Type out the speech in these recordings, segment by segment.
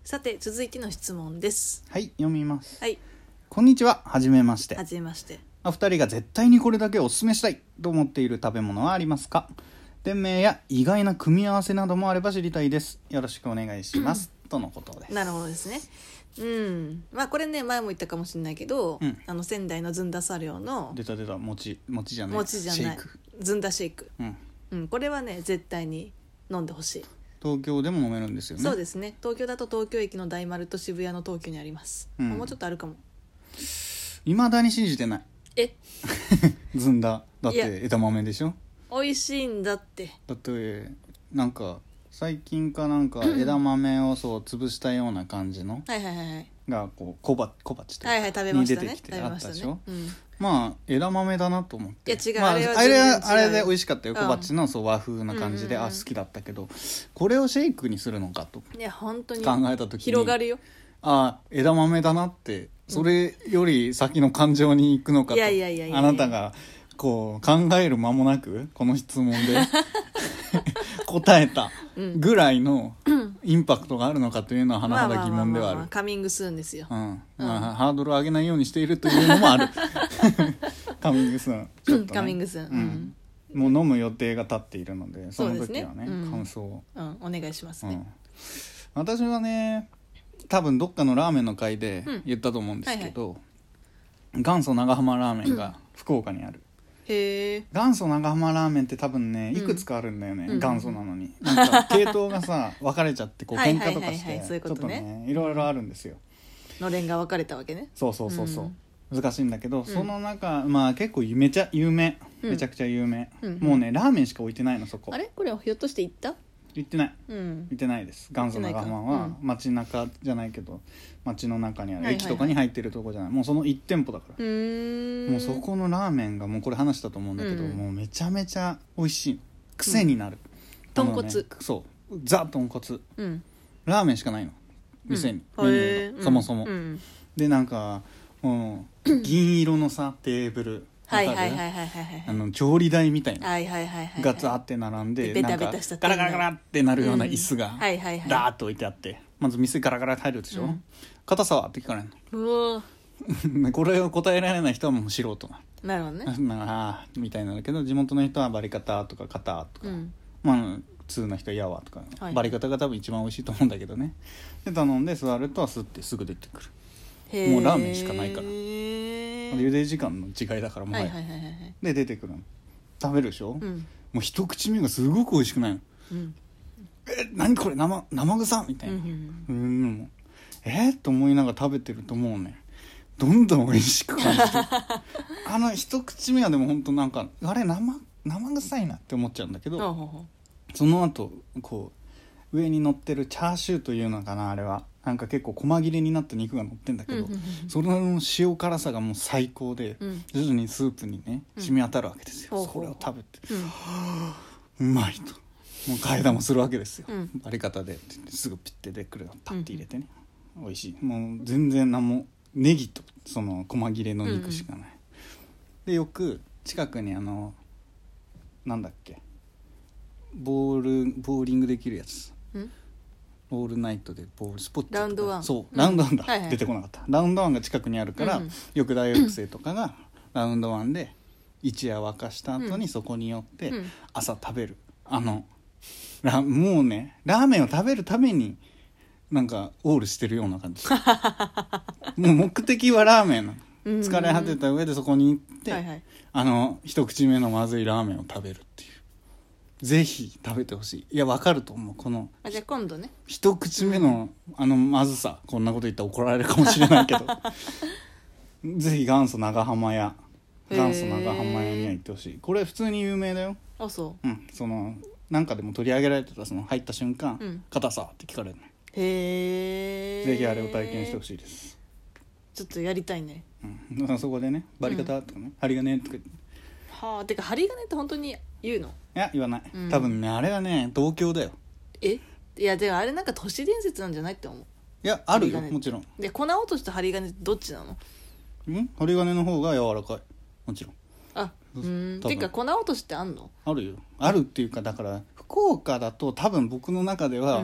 さて続いての質問です。 はい、読みます。 はい、 こんにちは。はじめまして。 はじめまして。 お二人が絶対にこれだけおすすめしたいと思っている食べ物はありますか？店名や意外な組み合わせなどもあれば知りたいです。よろしくお願いします、とのことです。 なるほどですね。まあこれね前も言ったかもしれないけど、仙台のずんだ茶寮の出た餅じゃないシェイク、ずんだシェイク、これはね絶対に飲んでほしい。 東京でも飲めるんですよね。 そうですね。東京だと東京駅の大丸と渋谷の東急にあります、もうちょっとあるかも。 未だに信じてない。ずんだだって枝豆でしょ。 美味しいんだって。 だってなんか最近かなんか枝豆をそう潰したような感じのがこう小鉢とかに出てきてあったでしょ。まあ枝豆だなと思って。 いや違う、 まあ、あれで美味しかったよ。小鉢のそう和風な感じで、好きだったけど、これをシェイクにするのかといや本当に考えた時に広がるよ。 枝豆だなって、それより先の感情に行くのかと、あなたがこう考える間もなくこの質問で答えたぐらいのインパクトがあるのかというのは甚だ疑問ではある。 カミングスーンですよ。 ハードルを上げないようにしているというのもある。カミングスーンちょっと、ね、 カミングスーン、 もう飲む予定が立っているので、その時はね、感想を、 お願いしますね。 私はね、多分どっかのラーメンの回で言ったと思うんですけど、元祖長浜ラーメンが福岡にある。元祖長浜ラーメンって多分ねいくつかあるんだよね、元祖なのになんか系統がさ分かれちゃってこう喧嘩とかしてちょっとねいろいろあるんですよ。 のれんが分かれたわけね。 そう、難しいんだけど、その中まあ結構めちゃ有名、めちゃくちゃ有名、もうねラーメンしか置いてないのそこ。 あれこれひょっとして行った？ 行ってない、行ってないです。元祖長浜は街中じゃないけど街の中にある、駅とかに入ってるとこじゃない、もうその1店舗だから。もうそこのラーメンがもうこれ話したと思うんだけど、もうめちゃめちゃ美味しい、癖になる、 豚骨、 そうザ豚骨、ラーメンしかないの店に、メニューがそもそも、でなんかもう銀色のさテーブル、調理台みたいながザーって並んで、 ベタベタしたガラガラガラってなるような椅子がダーッと置いてあって、まず店ガラガラ入るでしょ、硬さはって聞かれるの。これを答えられない人はもう素人なるほどね。 みたいなんだけど、地元の人はバリカタとかカタとか、まあ普通の人はヤワとか、バリカタが多分一番美味しいと思うんだけどね。で頼んで座るとスッてすぐ出てくる。もうラーメンしかないから、茹で時間の違いだからもう、で出てくるの食べるでしょ、もう一口目がすごく美味しくないの、何これ生臭みたいな、と思いながら食べてるともうねどんどん美味しく感じて一口目はでも本当なんかあれ生臭いなって思っちゃうんだけど、その後こう上に乗ってるチャーシューというのかな、あれはなんか結構細切れになった肉が乗ってんだけど、その塩辛さがもう最高で、徐々にスープにね染み当たるわけですよ、それを食べて、うまいともう替え玉するわけですよ、バリカタですぐピッてでくるのパッて入れてね、美味しい。もう全然何もネギとその細切れの肉しかない、でよく近くになんだっけボーリングできるやつ、オールナイトでボールスポットラウンドワン、 ラウンドワンだ、出てこなかった。ラウンドワンが近くにあるから、よく大学生とかがラウンドワンで一夜沸かした後にそこに寄って朝食べる、もうねラーメンを食べるためになんかオールしてるような感じもう目的はラーメンなの、疲れ果てた上でそこに行って、一口目のまずいラーメンを食べるっていう。ぜひ食べてほしい。いや分かると思う、このじゃあ今度ね一口目のまずさ、こんなこと言ったら怒られるかもしれないけどぜひ元祖長浜屋には行ってほしい。これ普通に有名だよ。そのなんかでも取り上げられてた、その入った瞬間、硬さって聞かれるね。ぜひあれを体験してほしいです。 ちょっとやりたいね。 そこでねバリカタとかね、針金とか言って、 てか針金って本当に言うの？ いや言わない、多分ねあれはね同郷だよ。 いやでもあれなんか都市伝説なんじゃないって思う。 いやあるよもちろん。 で粉落としと針金ってどっちなの？ 針金の方が柔らかい、もちろん。 てか粉落としってあんの？ あるよ。あるっていうか、だから福岡だと多分僕の中では、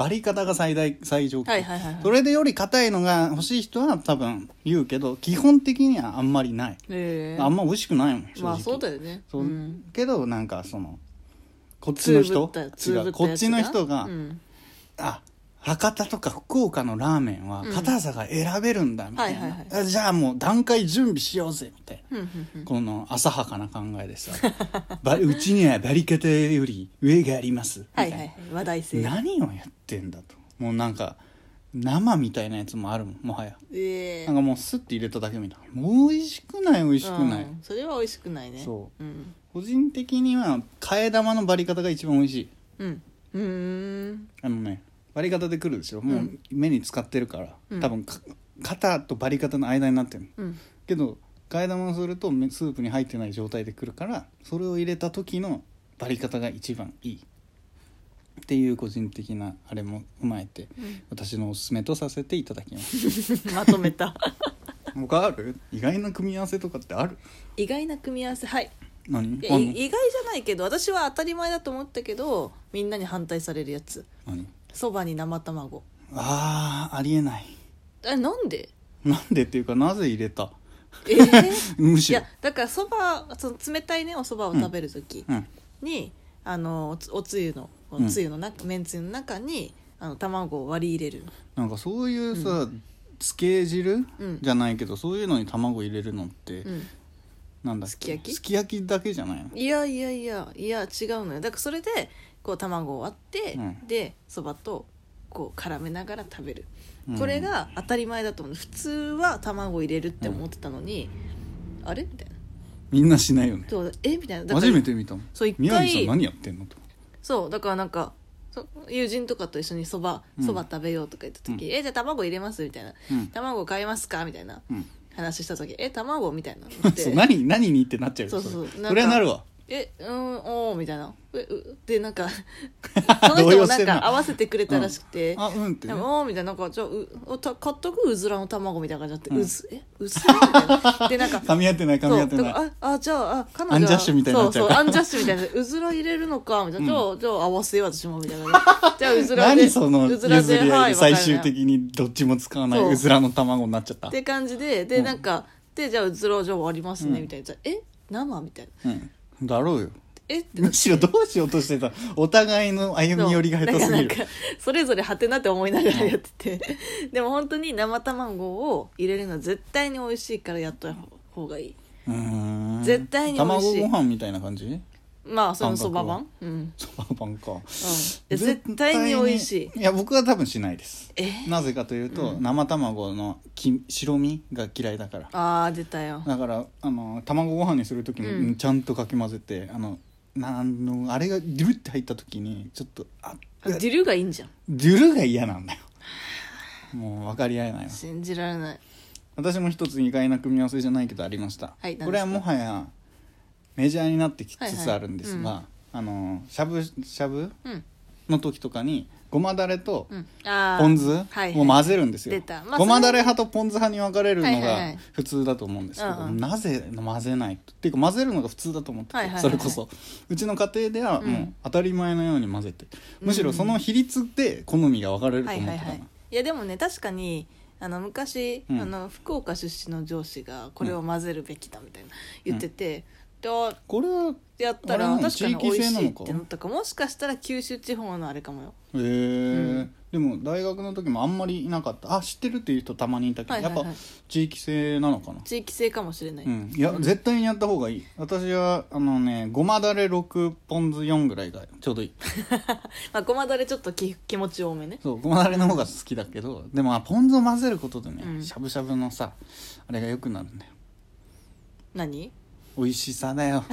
バリ方が最上級、 はいはいはいはい、 それでより硬いのが欲しい人は多分言うけど、基本的にはあんまりない、あんま美味しくないもん正直。 まあそうだよね。 そう、けどなんかそのこっちの人違う、こっちの人が、博多とか福岡のラーメンは硬さが選べるんだみたいな、じゃあもう段階準備しようぜみたいな、この浅はかな考えでさうちにはバリ方より上がありますみたいな、 話題性。 何をやってんだと。もうなんか生みたいなやつもあるもん、もはや、なんかもうスッて入れただけみたいな、もう美味しくない、美味しくない、 それは美味しくないね。 そう、個人的には替え玉のバリ方が一番美味しい。あのね、バリ方で来るでしょ、もう目に使ってるから、多分肩とバリ方の間になってる、けど替え玉をするとスープに入ってない状態で来るから、それを入れた時のバリ方が一番いいっていう個人的なあれも踏まえて、私のおすすめとさせていただきますまとめた他ある？意外な組み合わせとかってある？ 意外な組み合わせ、はい。 何？ 意外じゃないけど、私は当たり前だと思ったけどみんなに反対されるやつ。 何？ そばに生卵。 ありえない。 なんで？ なんでっていうか、なぜ入れた？むしろ。 いやだからその冷たいねおそばを食べる時に、おつゆのめんつゆの中に卵を割り入れる。 なんかそういうさ、つけ汁、じゃないけどそういうのに卵入れるのって、なんだっけ、すき焼きだけじゃないの？いや違うのよ。だからそれでこう卵を割って、でそばとこう絡めながら食べる、これが当たり前だと思う。普通は卵を入れるって思ってたのに、あれみたいな、 みんなしないよね。 みたいな。 初めて見たもん。 そう一回宮城さん何やってんのと。 そうだからなんか友人とかと一緒にそば食べようとか言った時、じゃあ卵入れますみたいな、卵買いますかみたいな話した時、卵みたいなそう何にってなっちゃう。それはなるわ。 おーみたいな。でなんかその人もなんか合わせてくれたらしくて、 ってね、おーみたいな、なんかじゃあ買っとくうずらの卵みたいな感じになって、うずらみたいなでなんか噛み合ってない。じゃあ彼女アンジャッシュみたいになっちゃう。 アンジャッシュみたいな、うずら入れるのかみたいな、じゃあ合わせよう私もみたいなじゃあうずらで何その譲り合いで最終的にどっちも使わないうずらの卵になっちゃったって感じでなんかでじゃあうずらをじゃあ割りますねみたいな、生みたいな、 だろうよ。むしろどうしようとしてた。お互いの歩み寄りが下手すぎる。 それぞれはてなって思いながらやっててでも本当に生卵を入れるのは絶対に美味しいからやった方がいい。絶対に美味しい。 卵ご飯みたいな感じ？ まあそのそば版、 そば版か、 絶対に美味しい。 いや僕は多分しないです。なぜかというと、生卵の白身が嫌いだから。 出たよ。 だから卵ご飯にする時にちゃんとかき混ぜて、あれがデュルって入った時にちょっとデュルがいいんじゃん。 デュルが嫌なんだよ。もう分かり合えないわ。 信じられない。 私も一つ意外な組み合わせじゃないけどありました。これはもはやメジャーになってきつつあるんですが、しゃぶしゃぶの時とかにごまだれとポン酢を混ぜるんですよ。ごまだれ派とポン酢派に分かれるのが普通だと思うんですけど、なぜ混ぜないっていうか混ぜるのが普通だと思ってて、それこそうちの家庭ではもう当たり前のように混ぜて、むしろその比率で好みが分かれると思ってたな。 いやでもね、確かに昔、福岡出身の上司がこれを混ぜるべきだみたいな言ってて、 これはやったら確かに美味しいってなったか、もしかしたら九州地方のあれかもよ。 でも大学の時もあんまりいなかった。知ってるっていう人たまにいたけど、やっぱ地域性なのかな。 地域性かもしれない。 いや、絶対にやった方がいい。私はごまだれ6ポン酢4ぐらいがちょうどいいごまだれちょっと気持ち多めね。 そう、ごまだれの方が好きだけど、でもポン酢を混ぜることでね、しゃぶしゃぶのさあれが良くなるんだよ。 何？ 美味しさだよ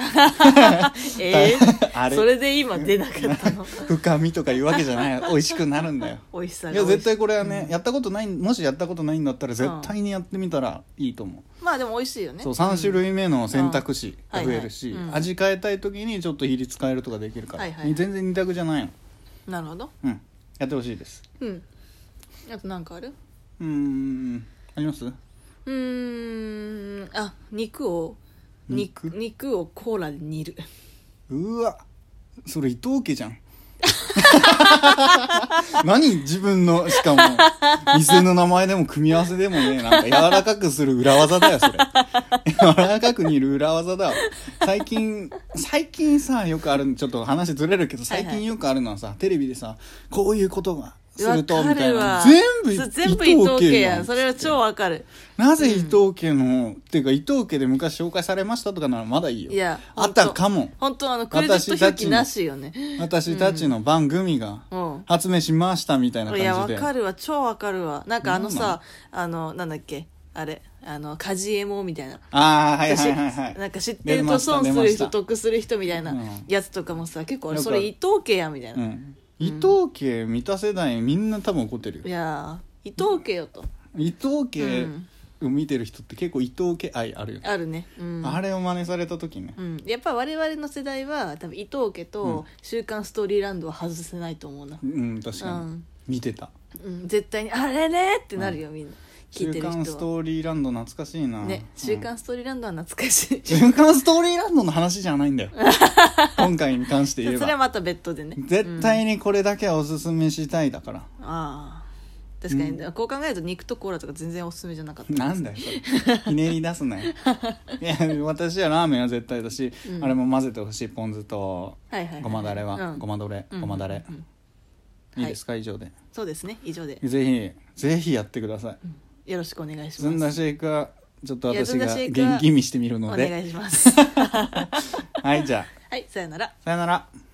あれそれで今出なかったの深みとかいうわけじゃない美味しくなるんだよ。 美味しさがいや絶対これはね、やったことない、もしやったことないんだったら絶対にやってみたらいいと思う。 まあでも美味しいよね。 そう、3種類目の選択肢が増えるし、味変えたい時にちょっと比率変えるとかできるから、全然2択じゃないの。 なるほど。 やってほしいです。 あと何かある？ あります？ 肉をコーラで煮る。 うわ、それ伊藤家じゃん。 何自分の、しかも店の名前でも組み合わせでもね、なんか柔らかくする裏技だよそれ。柔らかく煮る裏技だわ。最近さ、よくある、ちょっと話ずれるけど、最近よくあるのはさ、テレビでさ、こういうことがするとみたいな、 全部伊藤家やん。それは超わかる。 なぜ伊藤家の、っていうか伊藤家で昔紹介されましたとかならまだいいよ。 いや、 あったかも。 本当クレジット表記なしよね。 私たちの番組が発明しましみたいな感じで。いや、 わかるわ、超わかるわ。なんかさ、なんだっけ、あれ、カジエモみたいな。 ああ、はいはいはいはい。 なんか知ってると損する人、得する人みたいなやつとかもさ、結構それ伊藤家やみたいな。 伊藤家見た世代みんな多分怒ってるよ。 いや伊藤家よと。 伊藤家を見てる人って結構伊藤家愛あるよね。 あるね。 あれを真似された時ね。 やっぱ我々の世代は多分伊藤家と週刊ストーリーランドは外せないと思うな。 確かに。見てた。 絶対にあれねってなるよみんな。聞いてる人は。 週刊ストーリーランド懐かしいな。 ね、週刊ストーリーランドは懐かしい。 週刊ストーリーランドの話じゃないんだよ。今回に関して言えば。 それはまた別途でね。 絶対にこれだけはおすすめしたいだから。 ああ。確かに、こう考えると肉とコーラとか全然おすすめじゃなかった。 なんだよそれ。ひねり出すなよ。いや、私はラーメンは絶対だし、あれも混ぜてほしい、ポン酢とごまだれは、ごまだれ。いいですか、以上で。 そうですね、以上で。 ぜひやってください。 よろしくお願いします。 ずんだシェイクはちょっと私が元気見してみるのでお願いします。 はい、じゃあ、 はい、さよなら。 さよなら。